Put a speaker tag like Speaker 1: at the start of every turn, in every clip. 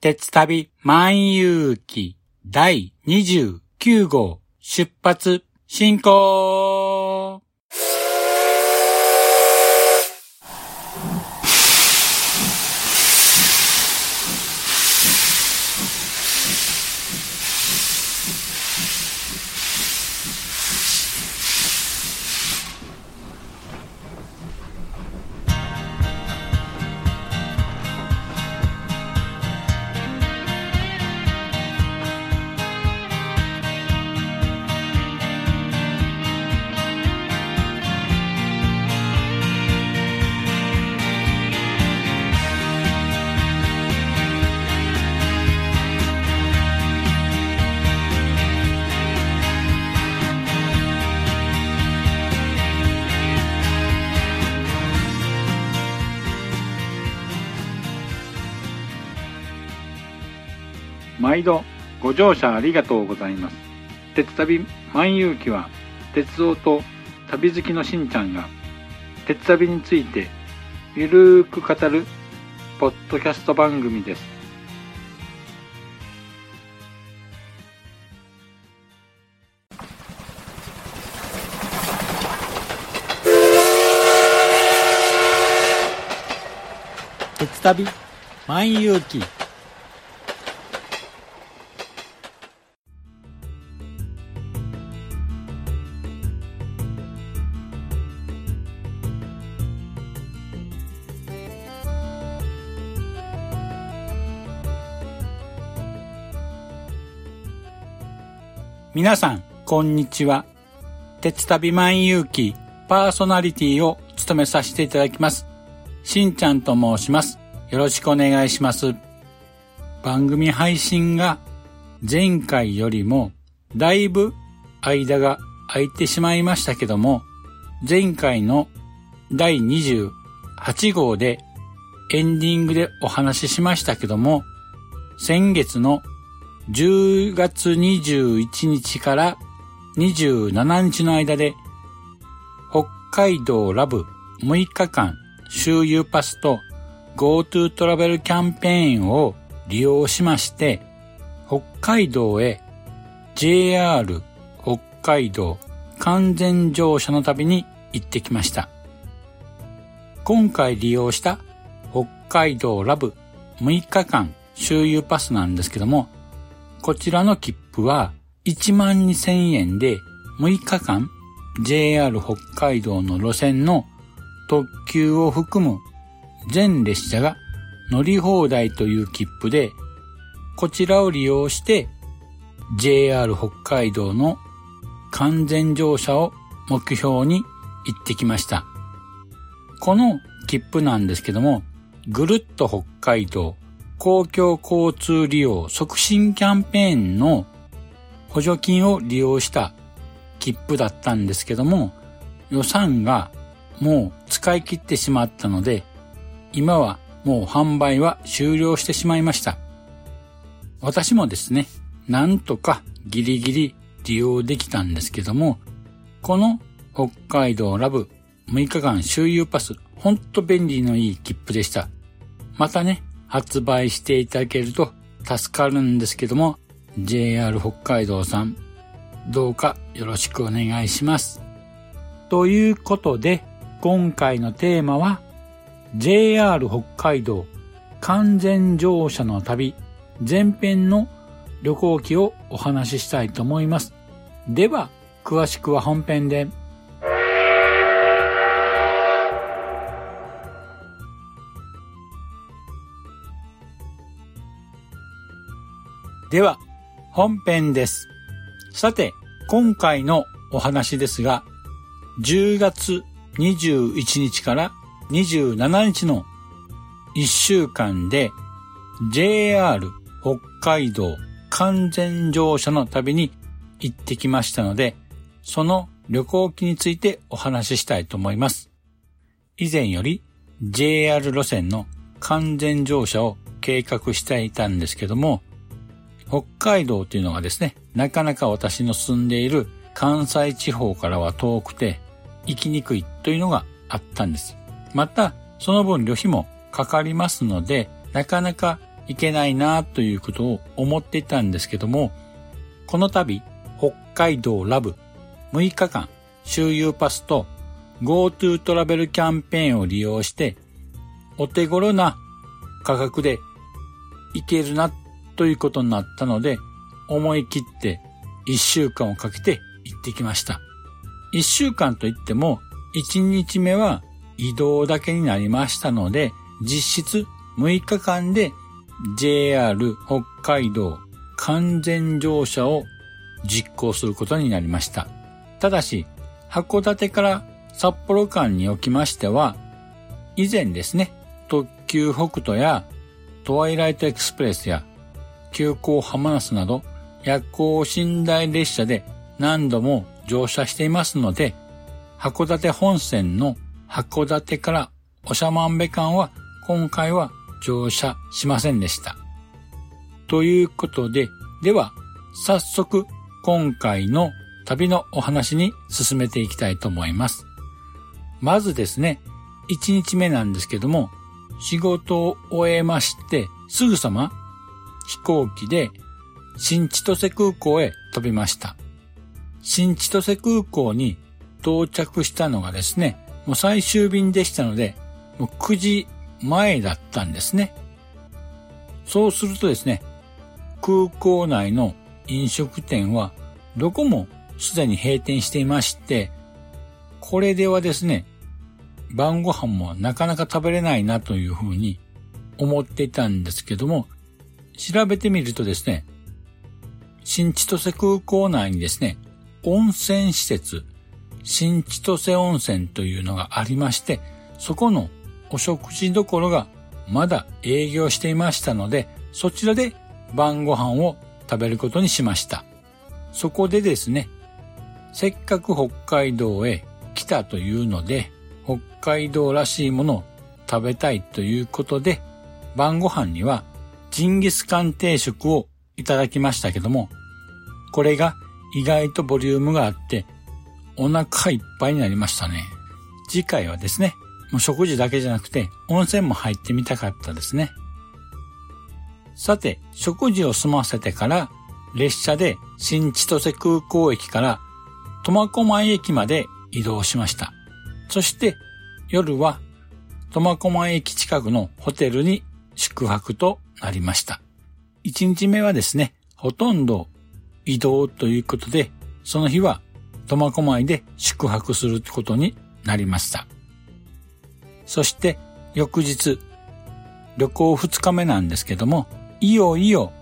Speaker 1: 鉄旅万有記第29号出発進行。
Speaker 2: 毎度ご乗車ありがとうございます。鉄旅万有記は鉄道と旅好きのしんちゃんが鉄旅についてゆるーく語るポッドキャスト番組です。
Speaker 1: 鉄旅万有記。皆さんこんにちは。鉄旅万有記パーソナリティを務めさせていただきますしんちゃんと申します。よろしくお願いします。番組配信が前回よりもだいぶ間が空いてしまいましたけども、前回の第28号でエンディングでお話ししましたけども、先月の10月21日から27日の間で北海道ラブ6日間周遊パスと GoTo トラベルキャンペーンを利用しまして、北海道へ JR 北海道完全乗車の旅に行ってきました。今回利用した北海道ラブ6日間周遊パスなんですけども、こちらの切符は12,000円で6日間 JR 北海道の路線の特急を含む全列車が乗り放題という切符で、こちらを利用して JR 北海道の完全乗車を目標に行ってきました。この切符なんですけども、ぐるっと北海道公共交通利用促進キャンペーンの補助金を利用した切符だったんですけども、予算がもう使い切ってしまったので、今はもう販売は終了してしまいました。私もですね、なんとかギリギリ利用できたんですけども、この北海道ラブ6日間周遊パス、ほんと便利のいい切符でした。またね、発売していただけると助かるんですけども、 JR 北海道さんどうかよろしくお願いします。ということで、今回のテーマは JR 北海道完全乗車の旅前編の旅行記をお話ししたいと思います。では詳しくは本編で。では本編です。さて今回のお話ですが、10月21日から27日の1週間で JR 北海道完全乗車の旅に行ってきましたので、その旅行記についてお話ししたいと思います。以前より JR 路線の完全乗車を計画していたんですけども、北海道というのがですね、なかなか私の住んでいる関西地方からは遠くて行きにくいというのがあったんです。またその分旅費もかかりますので、なかなかいけないなということを思っていたんですけども、この度、北海道ラブ6日間周遊パスと GoTo トラベルキャンペーンを利用して、お手頃な価格で行けるなということになったので、思い切って1週間をかけて行ってきました。1週間といっても、1日目は移動だけになりましたので、実質6日間で JR 北海道完全乗車を実行することになりました。ただし、函館から札幌間におきましては、以前ですね、特急北斗やトワイライトエクスプレスや急行浜那須など夜行寝台列車で何度も乗車していますので、函館本線の函館から長万部間は今回は乗車しませんでした。ということで、では早速今回の旅のお話に進めていきたいと思います。まずですね、1日目なんですけども、仕事を終えましてすぐさま飛行機で新千歳空港へ飛びました。新千歳空港に到着したのがですね、もう最終便でしたので、もう9時前だったんですね。そうするとですね、空港内の飲食店はどこもすでに閉店していまして、これではですね、晩ご飯もなかなか食べれないなというふうに思っていたんですけども、調べてみるとですね、新千歳空港内にですね、温泉施設、新千歳温泉というのがありまして、そこのお食事どころがまだ営業していましたので、そちらで晩ご飯を食べることにしました。そこでですね、せっかく北海道へ来たというので、北海道らしいものを食べたいということで、晩ご飯にはジンギスカン定食をいただきましたけども、これが意外とボリュームがあってお腹いっぱいになりましたね。次回はですね、もう食事だけじゃなくて温泉も入ってみたかったですね。さて、食事を済ませてから列車で新千歳空港駅から苫小牧駅まで移動しました。そして夜は苫小牧駅近くのホテルに宿泊となりました。1日目はですね、ほとんど移動ということで、その日は苫小牧で宿泊することになりました。そして翌日、旅行2日目なんですけども、いよいよ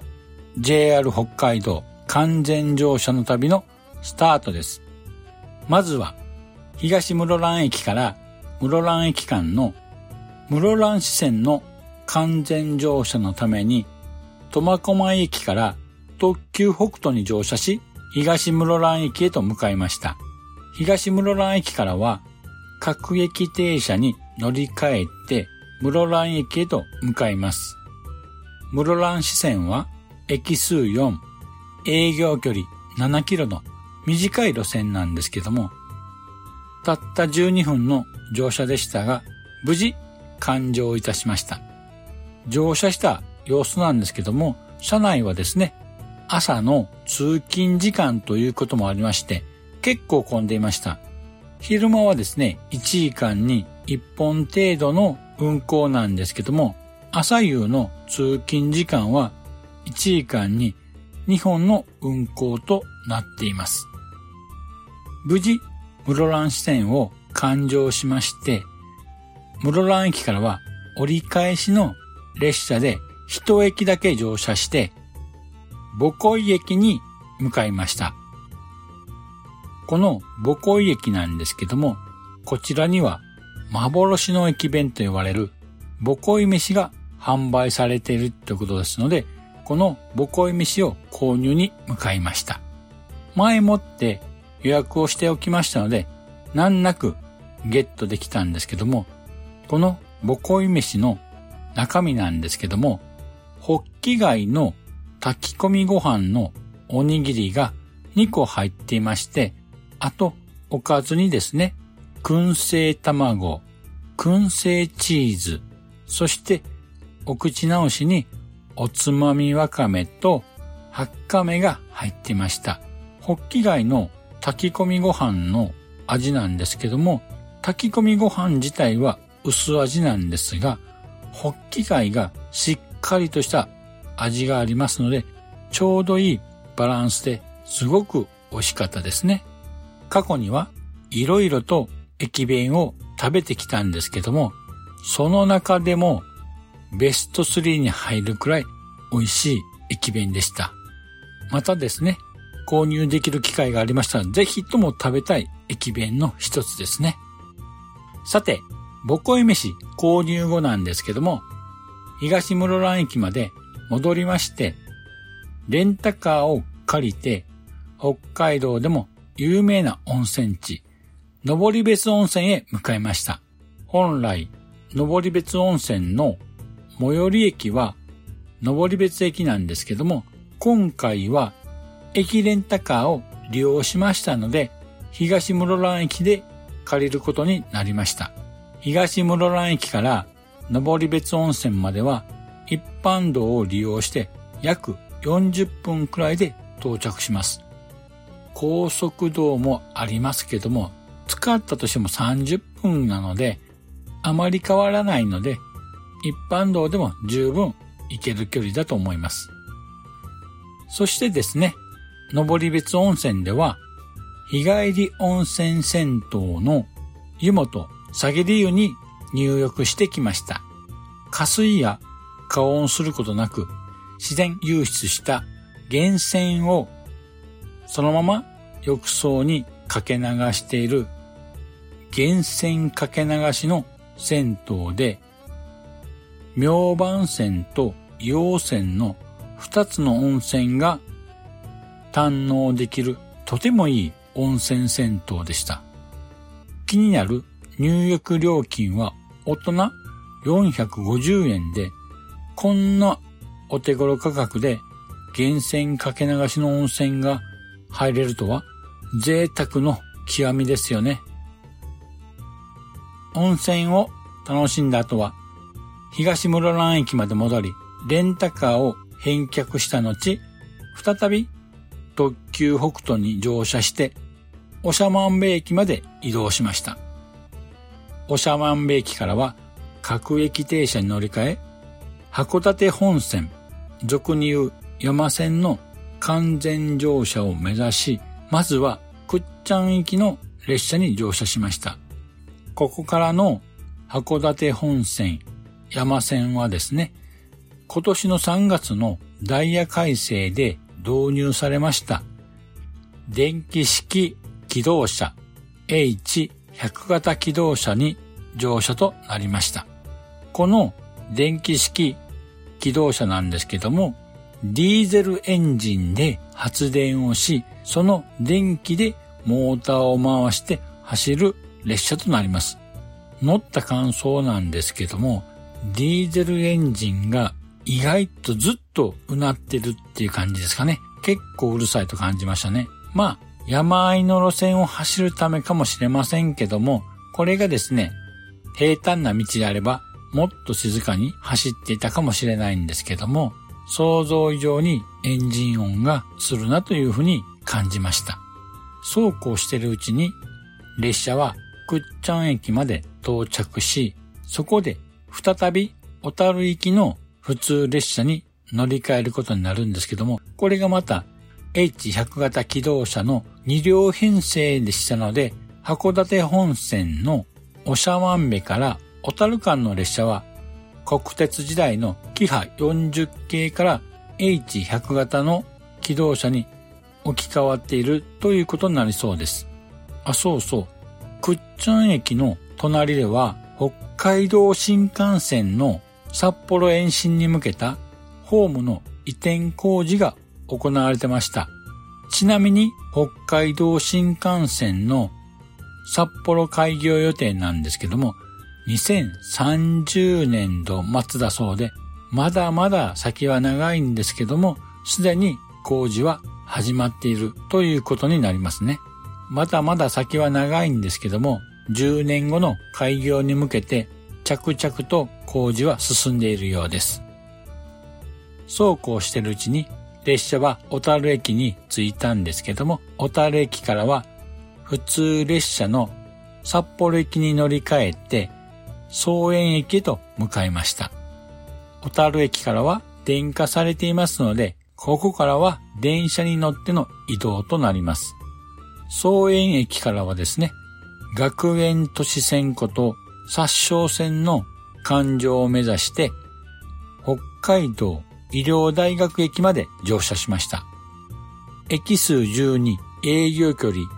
Speaker 1: JR 北海道完全乗車の旅のスタートです。まずは東室蘭駅から室蘭駅間の室蘭支線の完全乗車のために苫小牧駅から特急北斗に乗車し、東室蘭駅へと向かいました。東室蘭駅からは各駅停車に乗り換えて室蘭駅へと向かいます。室蘭支線は駅数4、営業距離7キロの短い路線なんですけども、たった12分の乗車でしたが、無事完乗いたしました。乗車した様子なんですけども、車内はですね、朝の通勤時間ということもありまして、結構混んでいました。昼間はですね、1時間に1本程度の運行なんですけども、朝夕の通勤時間は1時間に2本の運行となっています。無事、室蘭支線を完乗しまして、室蘭駅からは折り返しの列車で一駅だけ乗車して、母恋駅に向かいました。この母恋駅なんですけども、こちらには幻の駅弁と呼ばれる母恋飯が販売されているということですので、この母恋飯を購入に向かいました。前もって予約をしておきましたので、難なくゲットできたんですけども、この母恋飯の中身なんですけども、ホッキ貝の炊き込みご飯のおにぎりが2個入っていまして、あとおかずにですね、燻製卵、燻製チーズ、そしてお口直しにおつまみわかめとはっかめが入っていました。ホッキ貝の炊き込みご飯の味なんですけども、炊き込みご飯自体は薄味なんですが、ホッキ貝がしっかりとした味がありますので、ちょうどいいバランスですごく美味しかったですね。過去にはいろいろと駅弁を食べてきたんですけども、その中でもベスト3に入るくらい美味しい駅弁でした。またですね、購入できる機会がありましたら、ぜひとも食べたい駅弁の一つですね。さて、ボコイ飯購入後なんですけども、東室蘭駅まで戻りまして、レンタカーを借りて、北海道でも有名な温泉地、登別温泉へ向かいました。本来、登別温泉の最寄り駅は登別駅なんですけども、今回は駅レンタカーを利用しましたので、東室蘭駅で借りることになりました。東室蘭駅から登別温泉までは一般道を利用して約40分くらいで到着します。高速道もありますけども、使ったとしても30分なので、あまり変わらないので、一般道でも十分行ける距離だと思います。そしてですね、登別温泉では、日帰り温泉銭湯の湯本さげり湯に入浴してきました。加水や加温することなく、自然湧出した源泉をそのまま浴槽にかけ流している源泉かけ流しの銭湯で、明晩泉と陽泉の2つの温泉が堪能できるとてもいい温泉銭湯でした。気になる入浴料金は大人450円で、こんなお手頃価格で源泉かけ流しの温泉が入れるとは贅沢の極みですよね。温泉を楽しんだ後は東室蘭駅まで戻り、レンタカーを返却した後、再び特急北斗に乗車して長万部駅まで移動しました。長万部駅からは各駅停車に乗り換え、函館本線、俗に言う山線の完全乗車を目指し、まずは倶知安行きの列車に乗車しました。ここからの函館本線、山線はですね、今年の3月のダイヤ改正で導入されました電気式気動車 H100 型気動車に乗車となりました。この電気式気動車なんですけども、ディーゼルエンジンで発電をし、その電気でモーターを回して走る列車となります。乗った感想なんですけども、ディーゼルエンジンが意外とずっとうなってるっていう感じですかね。結構うるさいと感じましたね。まあ、山あいの路線を走るためかもしれませんけども、これがですね、平坦な道であればもっと静かに走っていたかもしれないんですけども、想像以上にエンジン音がするなというふうに感じました。そうこうしているうちに列車は倶知安駅まで到着し、そこで再び小樽行きの普通列車に乗り換えることになるんですけども、これがまた H100 型気動車の2両編成でしたので、函館本線の長万部から小樽間の列車は国鉄時代のキハ40系から H100 型の気動車に置き換わっているということになりそうです。そうそう。倶知安駅の隣では北海道新幹線の札幌延伸に向けたホームの移転工事が行われてました。ちなみに北海道新幹線の札幌開業予定なんですけども、2030年度末だそうで、まだまだ先は長いんですけども、すでに工事は始まっているということになりますね。まだまだ先は長いんですけども、10年後の開業に向けて着々と工事は進んでいるようです。 そうこうしているうちに列車は小樽駅に着いたんですけども、小樽駅からは普通列車の札幌駅に乗り換えて宗園駅へと向かいました。小樽駅からは電化されていますので、ここからは電車に乗っての移動となります。宗園駅からはですね、学園都市線こと札沼線の環状を目指して北海道医療大学駅まで乗車しました。駅数12、営業距離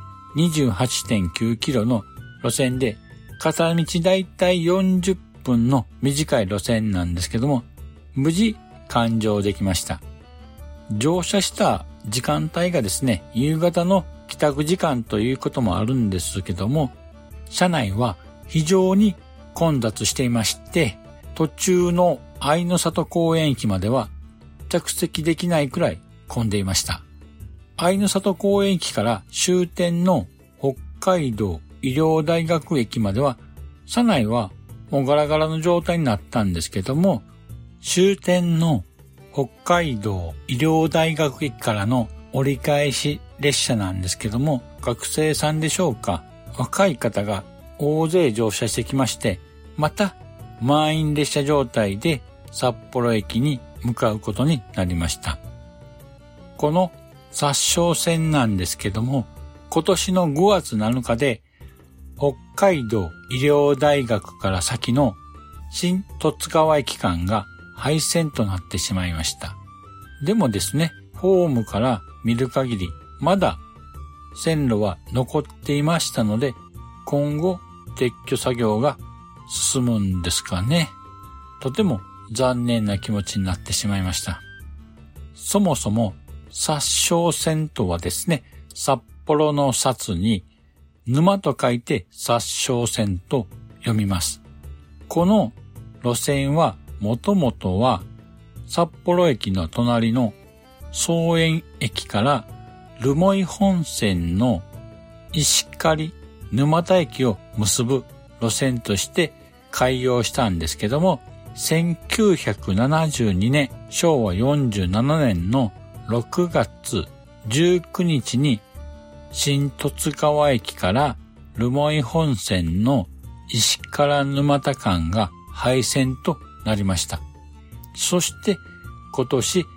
Speaker 1: 28.9 キロの路線で片道だいたい40分の短い路線なんですけども、無事環状できました。乗車した時間帯がですね、夕方の帰宅時間ということもあるんですけども、車内は非常に混雑していまして、途中の愛の里公園駅までは着席できないくらい混んでいました。愛の里公園駅から終点の北海道医療大学駅までは、車内はもうガラガラの状態になったんですけども、終点の北海道医療大学駅からの折り返し列車なんですけども、学生さんでしょうか、若い方が大勢乗車してきまして、また満員列車状態で札幌駅に向かうことになりました。この札沼線なんですけども、今年の5月7日で北海道医療大学から先の新十津川駅間が廃線となってしまいました。でもですね、ホームから見る限りまだ線路は残っていましたので、今後撤去作業が進むんですかね。とても残念な気持ちになってしまいました。そもそも札沼線とはですね、札幌の札に沼と書いて札沼線と読みます。この路線はもともとは札幌駅の隣の宗園駅から留萌本線の石狩沼田駅を結ぶ路線として開業したんですけども、1972年、昭和47年の6月19日に新十津川駅から留萌本線の石狩沼田間が廃線となりました。そして今年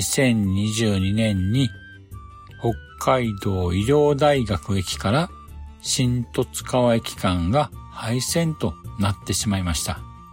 Speaker 1: 2022年に北海道医療大学駅から新十津川駅間が廃線となってしまいました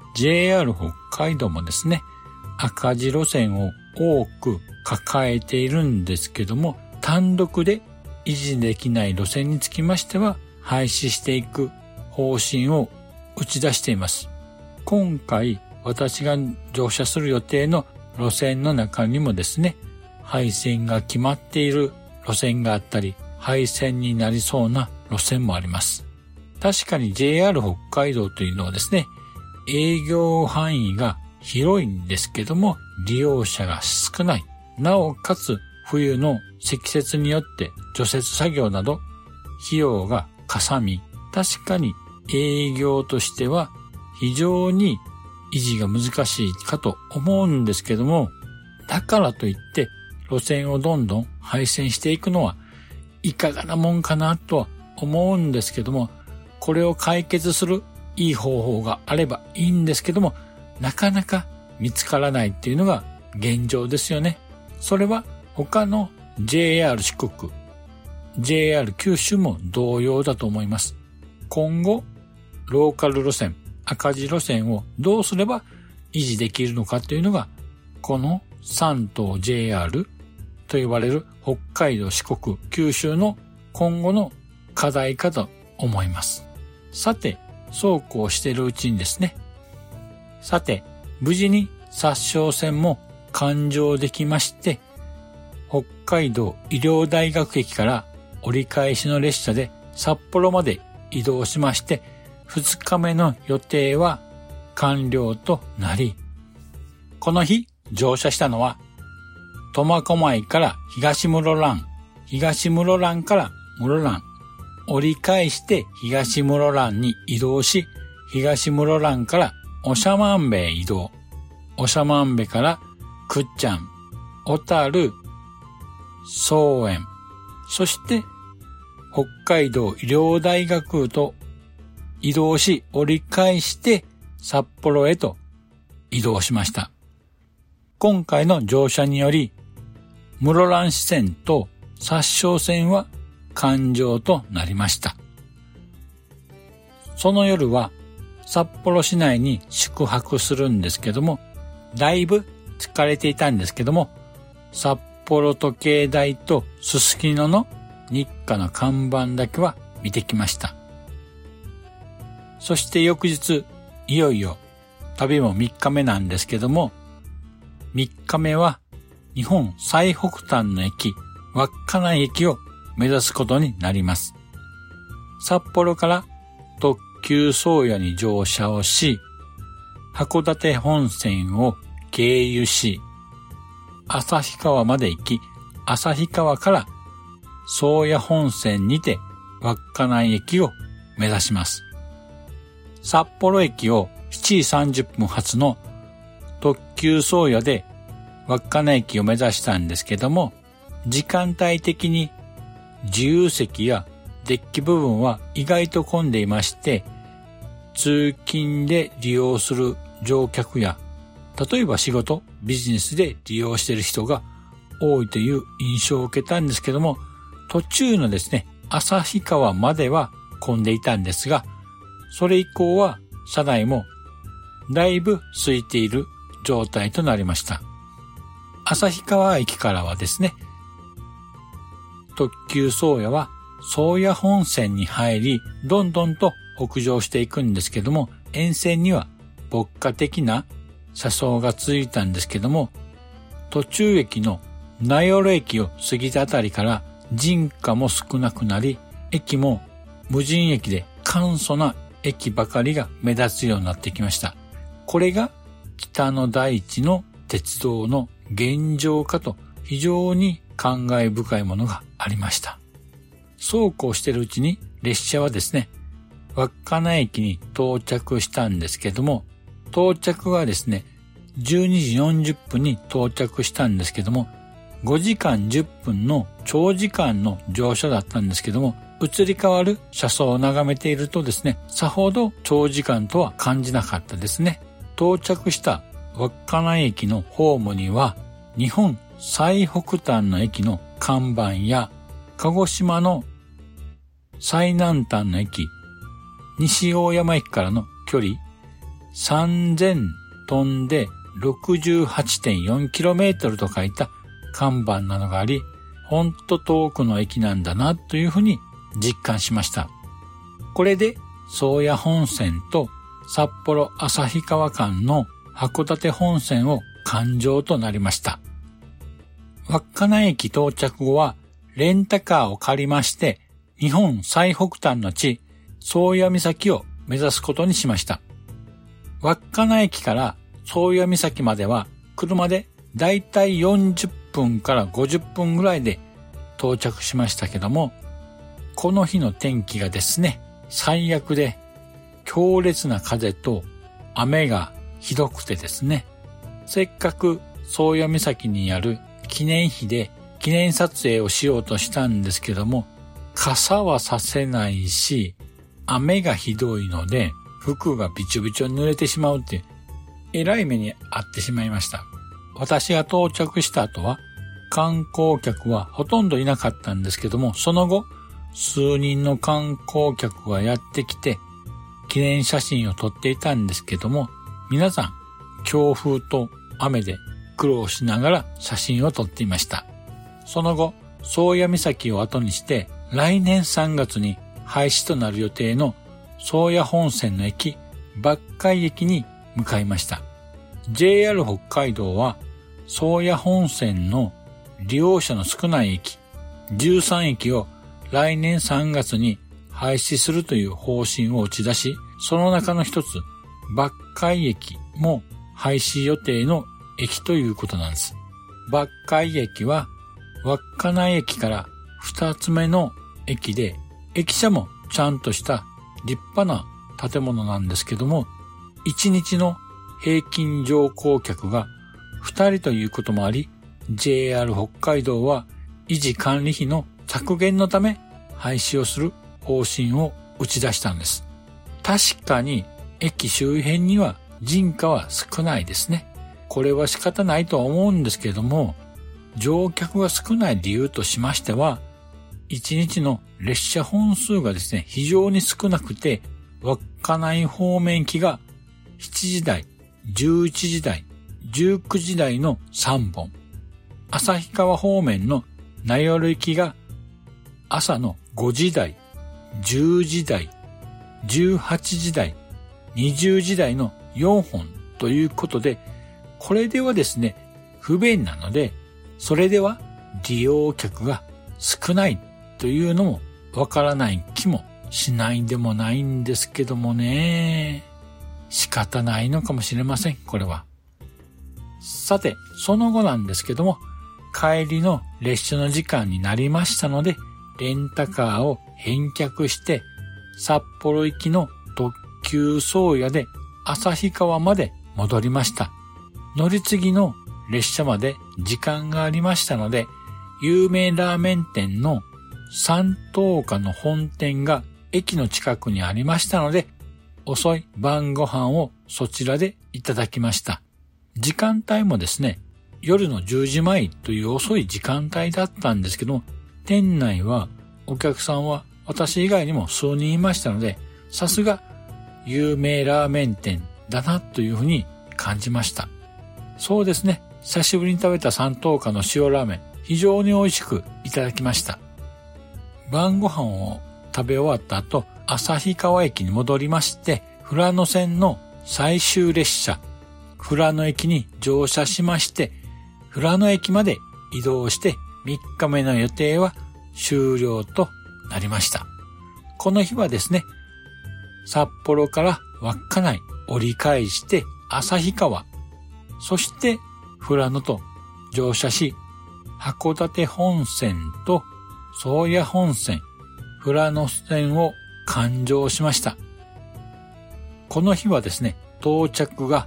Speaker 1: 。JR 北海道もですね、赤字路線を多く抱えているんですけども、単独で維持できない路線につきましては廃止していく方針を打ち出しています。今回私が乗車する予定の路線の中にもですね、廃線が決まっている路線があったり、廃線になりそうな路線もあります。確かに JR 北海道というのはですね、営業範囲が広いんですけども、利用者が少ない。なおかつ冬の積雪によって除雪作業など費用がかさみ、確かに営業としては非常に維持が難しいかと思うんですけども、だからといって路線をどんどん廃線していくのはいかがなもんかなとは思うんですけども、これを解決するいい方法があればいいんですけども、なかなか見つからないっていうのが現状ですよね。それは他の JR 四国、JR 九州も同様だと思います。今後、ローカル路線、赤字路線をどうすれば維持できるのかというのが、この3島 JR と呼ばれる北海道、四国、九州の今後の課題かと思います。さて、そうこうしているうちにですね、無事に札沼線も環状できまして、北海道医療大学駅から折り返しの列車で札幌まで移動しまして、2日目の予定は完了となり、この日乗車したのは苫小牧から東室蘭、東室蘭から室蘭、折り返して東室蘭に移動し、東室蘭から長万部へ移動。長万部から倶知安、 小樽、曹園、そして北海道医療大学と移動し折り返して札幌へと移動しました。今回の乗車により室蘭支線と札沼線は環状となりました。その夜は札幌市内に宿泊するんですけども、だいぶ疲れていたんですけども、札幌時計台とすすきのの日課の看板だけは見てきました。そして翌日、いよいよ旅も3日目なんですけども、3日目は日本最北端の駅、稚内駅を目指すことになります。札幌から特急宗谷に乗車をし、函館本線を経由し、旭川まで行き、旭川から宗谷本線にて稚内駅を目指します。札幌駅を7時30分発の特急宗谷で稚内駅を目指したんですけども、時間帯的に自由席やデッキ部分は意外と混んでいまして、通勤で利用する乗客や、例えば仕事、ビジネスで利用している人が多いという印象を受けたんですけども、途中のですね、旭川までは混んでいたんですが、それ以降は車内もだいぶ空いている状態となりました。旭川駅からはですね、特急宗谷は宗谷本線に入り、どんどんと北上していくんですけども、沿線には牧歌的な車窓が続いたんですけども、途中駅の名寄駅を過ぎたあたりから人家も少なくなり、駅も無人駅で簡素な駅ばかりが目立つようになってきました。これが北の大地の鉄道の現状かと、非常に感慨深いものがありました。そうこうしているうちに列車はですね、稚内駅に到着したんですけども、到着はですね、12時40分に到着したんですけども、5時間10分の長時間の乗車だったんですけども、移り変わる車窓を眺めているとですね、さほど長時間とは感じなかったですね。到着した稚内駅のホームには、日本最北端の駅の看板や、鹿児島の最南端の駅、西大山駅からの距離、3000飛んで 68.4km と書いた看板などがあり、ほんと遠くの駅なんだなというふうに実感しました。これで宗谷本線と札幌旭川間の函館本線を環状となりました。稚内駅到着後はレンタカーを借りまして、日本最北端の地、宗谷岬を目指すことにしました。稚内駅から宗谷岬までは車でだいたい40分から50分ぐらいで到着しましたけども、この日の天気がですね、最悪で強烈な風と雨がひどくてですね、せっかく宗谷岬にある記念碑で記念撮影をしようとしたんですけども、傘はさせないし、雨がひどいので服がびちょびちょに濡れてしまうって、えらい目に遭ってしまいました。私が到着した後は観光客はほとんどいなかったんですけども、その後数人の観光客がやってきて記念写真を撮っていたんですけども、皆さん強風と雨で苦労しながら写真を撮っていました。その後宗谷岬を後にして来年3月に廃止となる予定の宗谷本線の駅抜海駅に向かいました。 JR 北海道は宗谷本線の利用者の少ない駅13駅を来年3月に廃止するという方針を打ち出し、その中の一つ抜海駅も廃止予定の駅ということなんです。抜海駅は稚内駅から2つ目の駅で、駅舎もちゃんとした立派な建物なんですけども、1日の平均乗降客が2人ということもあり、 JR 北海道は維持管理費の削減のため廃止をする方針を打ち出したんです。確かに駅周辺には人家は少ないですね。これは仕方ないとは思うんですけれども、乗客が少ない理由としましては、1日の列車本数がですね、非常に少なくて、稚内方面行きが7時台、11時台、19時台の3本。旭川方面の名寄行きが朝の5時台、10時台、18時台、20時台の4本ということで、これではですね、不便なので、それでは利用客が少ないというのもわからない気もしないでもないんですけどもね。仕方ないのかもしれません、これは。さて、その後なんですけども、帰りの列車の時間になりましたので、レンタカーを返却して、札幌行きの特急宗谷で旭川まで戻りました。乗り継ぎの列車まで時間がありましたので、有名ラーメン店の三東家の本店が駅の近くにありましたので、遅い晩ご飯をそちらでいただきました。時間帯もですね、夜の10時前という遅い時間帯だったんですけども、店内はお客さんは私以外にも数人いましたので、さすが有名ラーメン店だなというふうに感じました。そうですね、久しぶりに食べた三東家の塩ラーメン、非常に美味しくいただきました。晩ご飯を食べ終わった後、旭川駅に戻りまして、富良野線の最終列車、富良野駅に乗車しまして、富良野駅まで移動して3日目の予定は終了となりました。この日はですね、札幌から稚内折り返して旭川、そして富良野と乗車し、函館本線と宗谷本線、富良野線を環状しました。この日はですね、到着が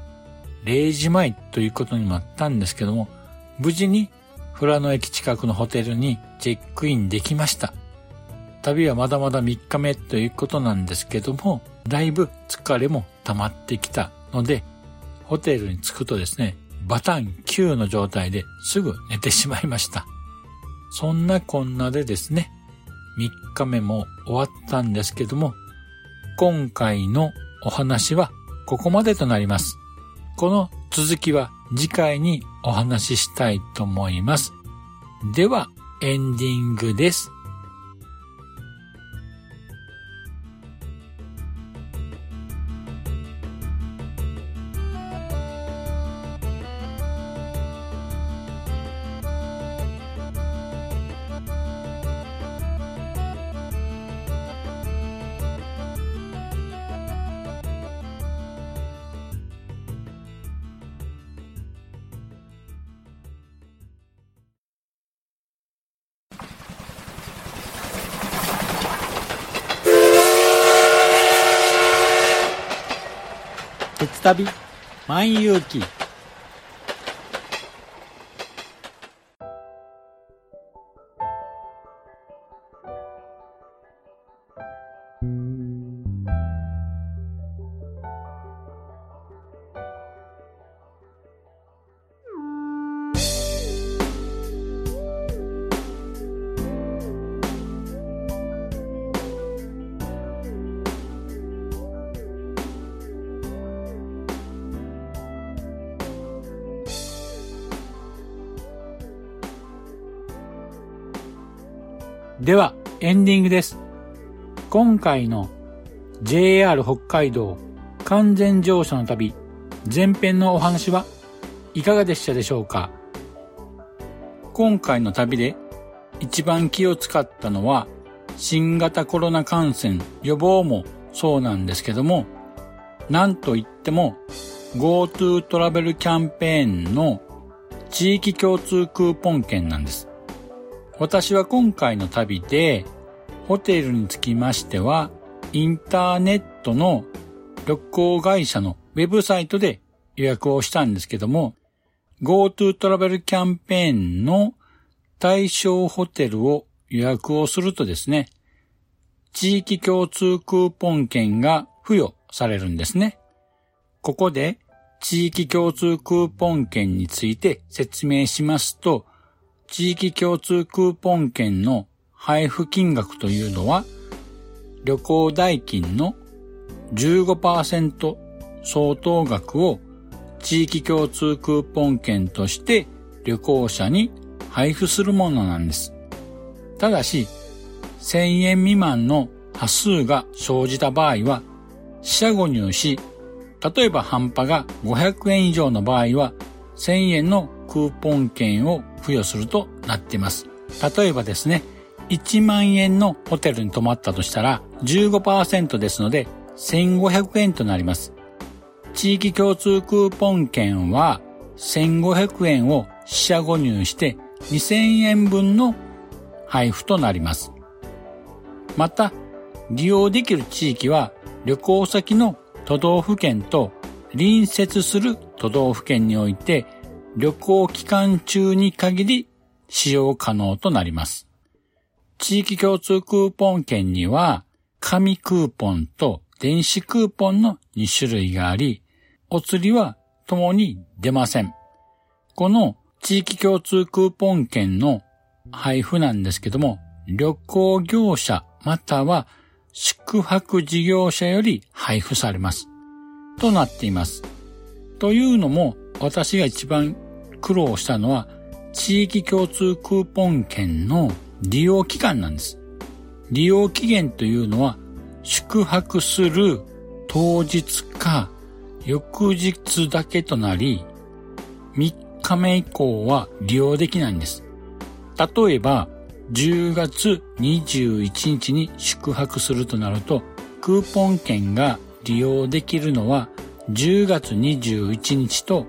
Speaker 1: 0時前ということになったんですけども、無事に富良野駅近くのホテルにチェックインできました。旅はまだまだ3日目ということなんですけども、だいぶ疲れも溜まってきたので、ホテルに着くとですね、バタン9の状態ですぐ寝てしまいました。そんなこんなでですね、3日目も終わったんですけども、今回のお話はここまでとなります。この続きは次回にお話ししたいと思います。では、エンディングです。鉄旅万有記。では、エンディングです。今回の JR 北海道完全乗車の旅前編のお話はいかがでしたでしょうか。今回の旅で一番気を使ったのは新型コロナ感染予防もそうなんですけども、なんといっても GoTo トラベルキャンペーンの地域共通クーポン券なんです。私は今回の旅でホテルにつきましてはインターネットの旅行会社のウェブサイトで予約をしたんですけども、 GoTo トラベルキャンペーンの対象ホテルを予約をするとですね、地域共通クーポン券が付与されるんですね。ここで地域共通クーポン券について説明しますと、地域共通クーポン券の配布金額というのは、旅行代金の 15% 相当額を地域共通クーポン券として旅行者に配布するものなんです。ただし、1000円未満の端数が生じた場合は、四捨五入し、例えば半端が500円以上の場合は、1000円のクーポン券を付与するとなっています。例えばですね、1万円のホテルに泊まったとしたら 15% ですので1500円となります。地域共通クーポン券は1500円を四捨五入して2000円分の配布となります。また、利用できる地域は旅行先の都道府県と隣接する都道府県において旅行期間中に限り使用可能となります。地域共通クーポン券には紙クーポンと電子クーポンの2種類があり、お釣りはともに出ません。この地域共通クーポン券の配布なんですけども、旅行業者または宿泊事業者より配布されます。となっています。というのも、私が一番苦労したのは、地域共通クーポン券の利用期間なんです。利用期限というのは、宿泊する当日か翌日だけとなり、3日目以降は利用できないんです。例えば、10月21日に宿泊するとなると、クーポン券が利用できるのは10月21日と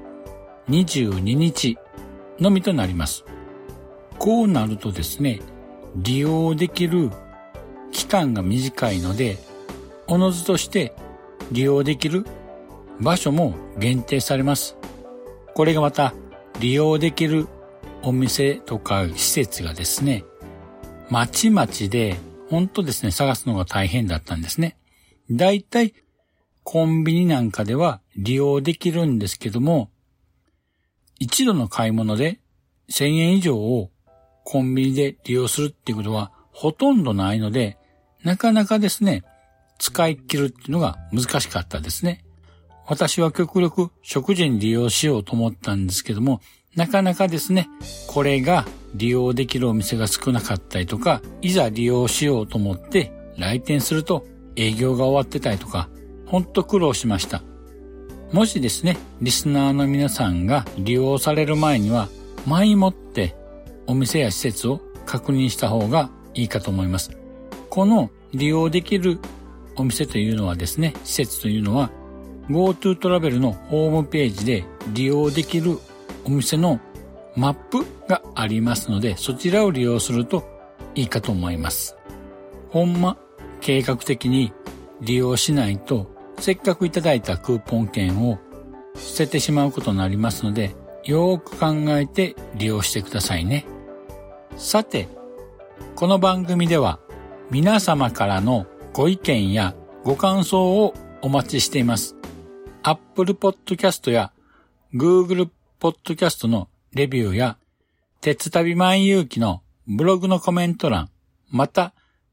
Speaker 1: 22日のみとなります。こうなるとですね、利用できる期間が短いので、おのずとして利用できる場所も限定されます。これがまた利用できるお店とか施設がですね、まちまちで本当ですね、探すのが大変だったんですね。だいたいコンビニなんかでは利用できるんですけども、一度の買い物で1000円以上をコンビニで利用するっていうことはほとんどないので、なかなかですね、使い切るっていうのが難しかったですね。私は極力食事に利用しようと思ったんですけども、なかなかですね、これが利用できるお店が少なかったりとか、いざ利用しようと思って来店すると営業が終わってたりとか、ほんと苦労しました。もしですね、リスナーの皆さんが利用される前には、前もってお店や施設を確認した方がいいかと思います。この利用できるお店というのはですね、施設というのは GoTo トラベルのホームページで利用できるお店のマップがありますので、そちらを利用するといいかと思います。ほんま計画的に利用しないと、せっかくいただいたクーポン券を捨ててしまうことになりますので、よーく考えて利用してくださいね。さて、この番組では皆様からのご意見やご感想をお待ちしています。Apple Podcast や Google Podcast のレビューや、鉄旅万有記のブログのコメント欄、また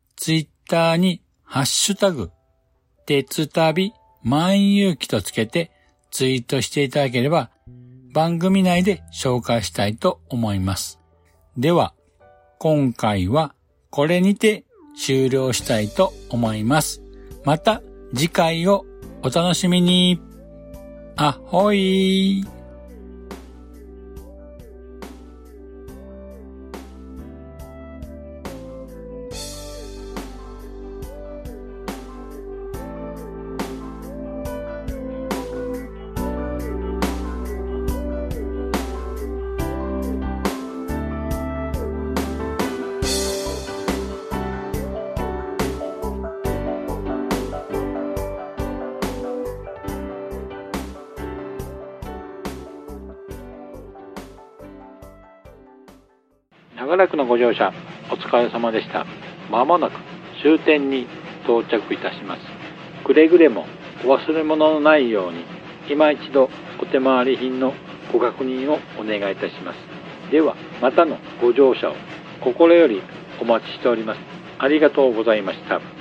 Speaker 1: Twitter にハッシュタグ鉄旅万有記とつけてツイートしていただければ番組内で紹介したいと思います。では、今回はこれにて終了したいと思います。また次回をお楽しみに。あほい。
Speaker 2: 長らくのご乗車お疲れ様でした。まもなく終点に到着いたします。くれぐれもお忘れ物のないように今一度お手回り品のご確認をお願いいたします。ではまたのご乗車を心よりお待ちしております。ありがとうございました。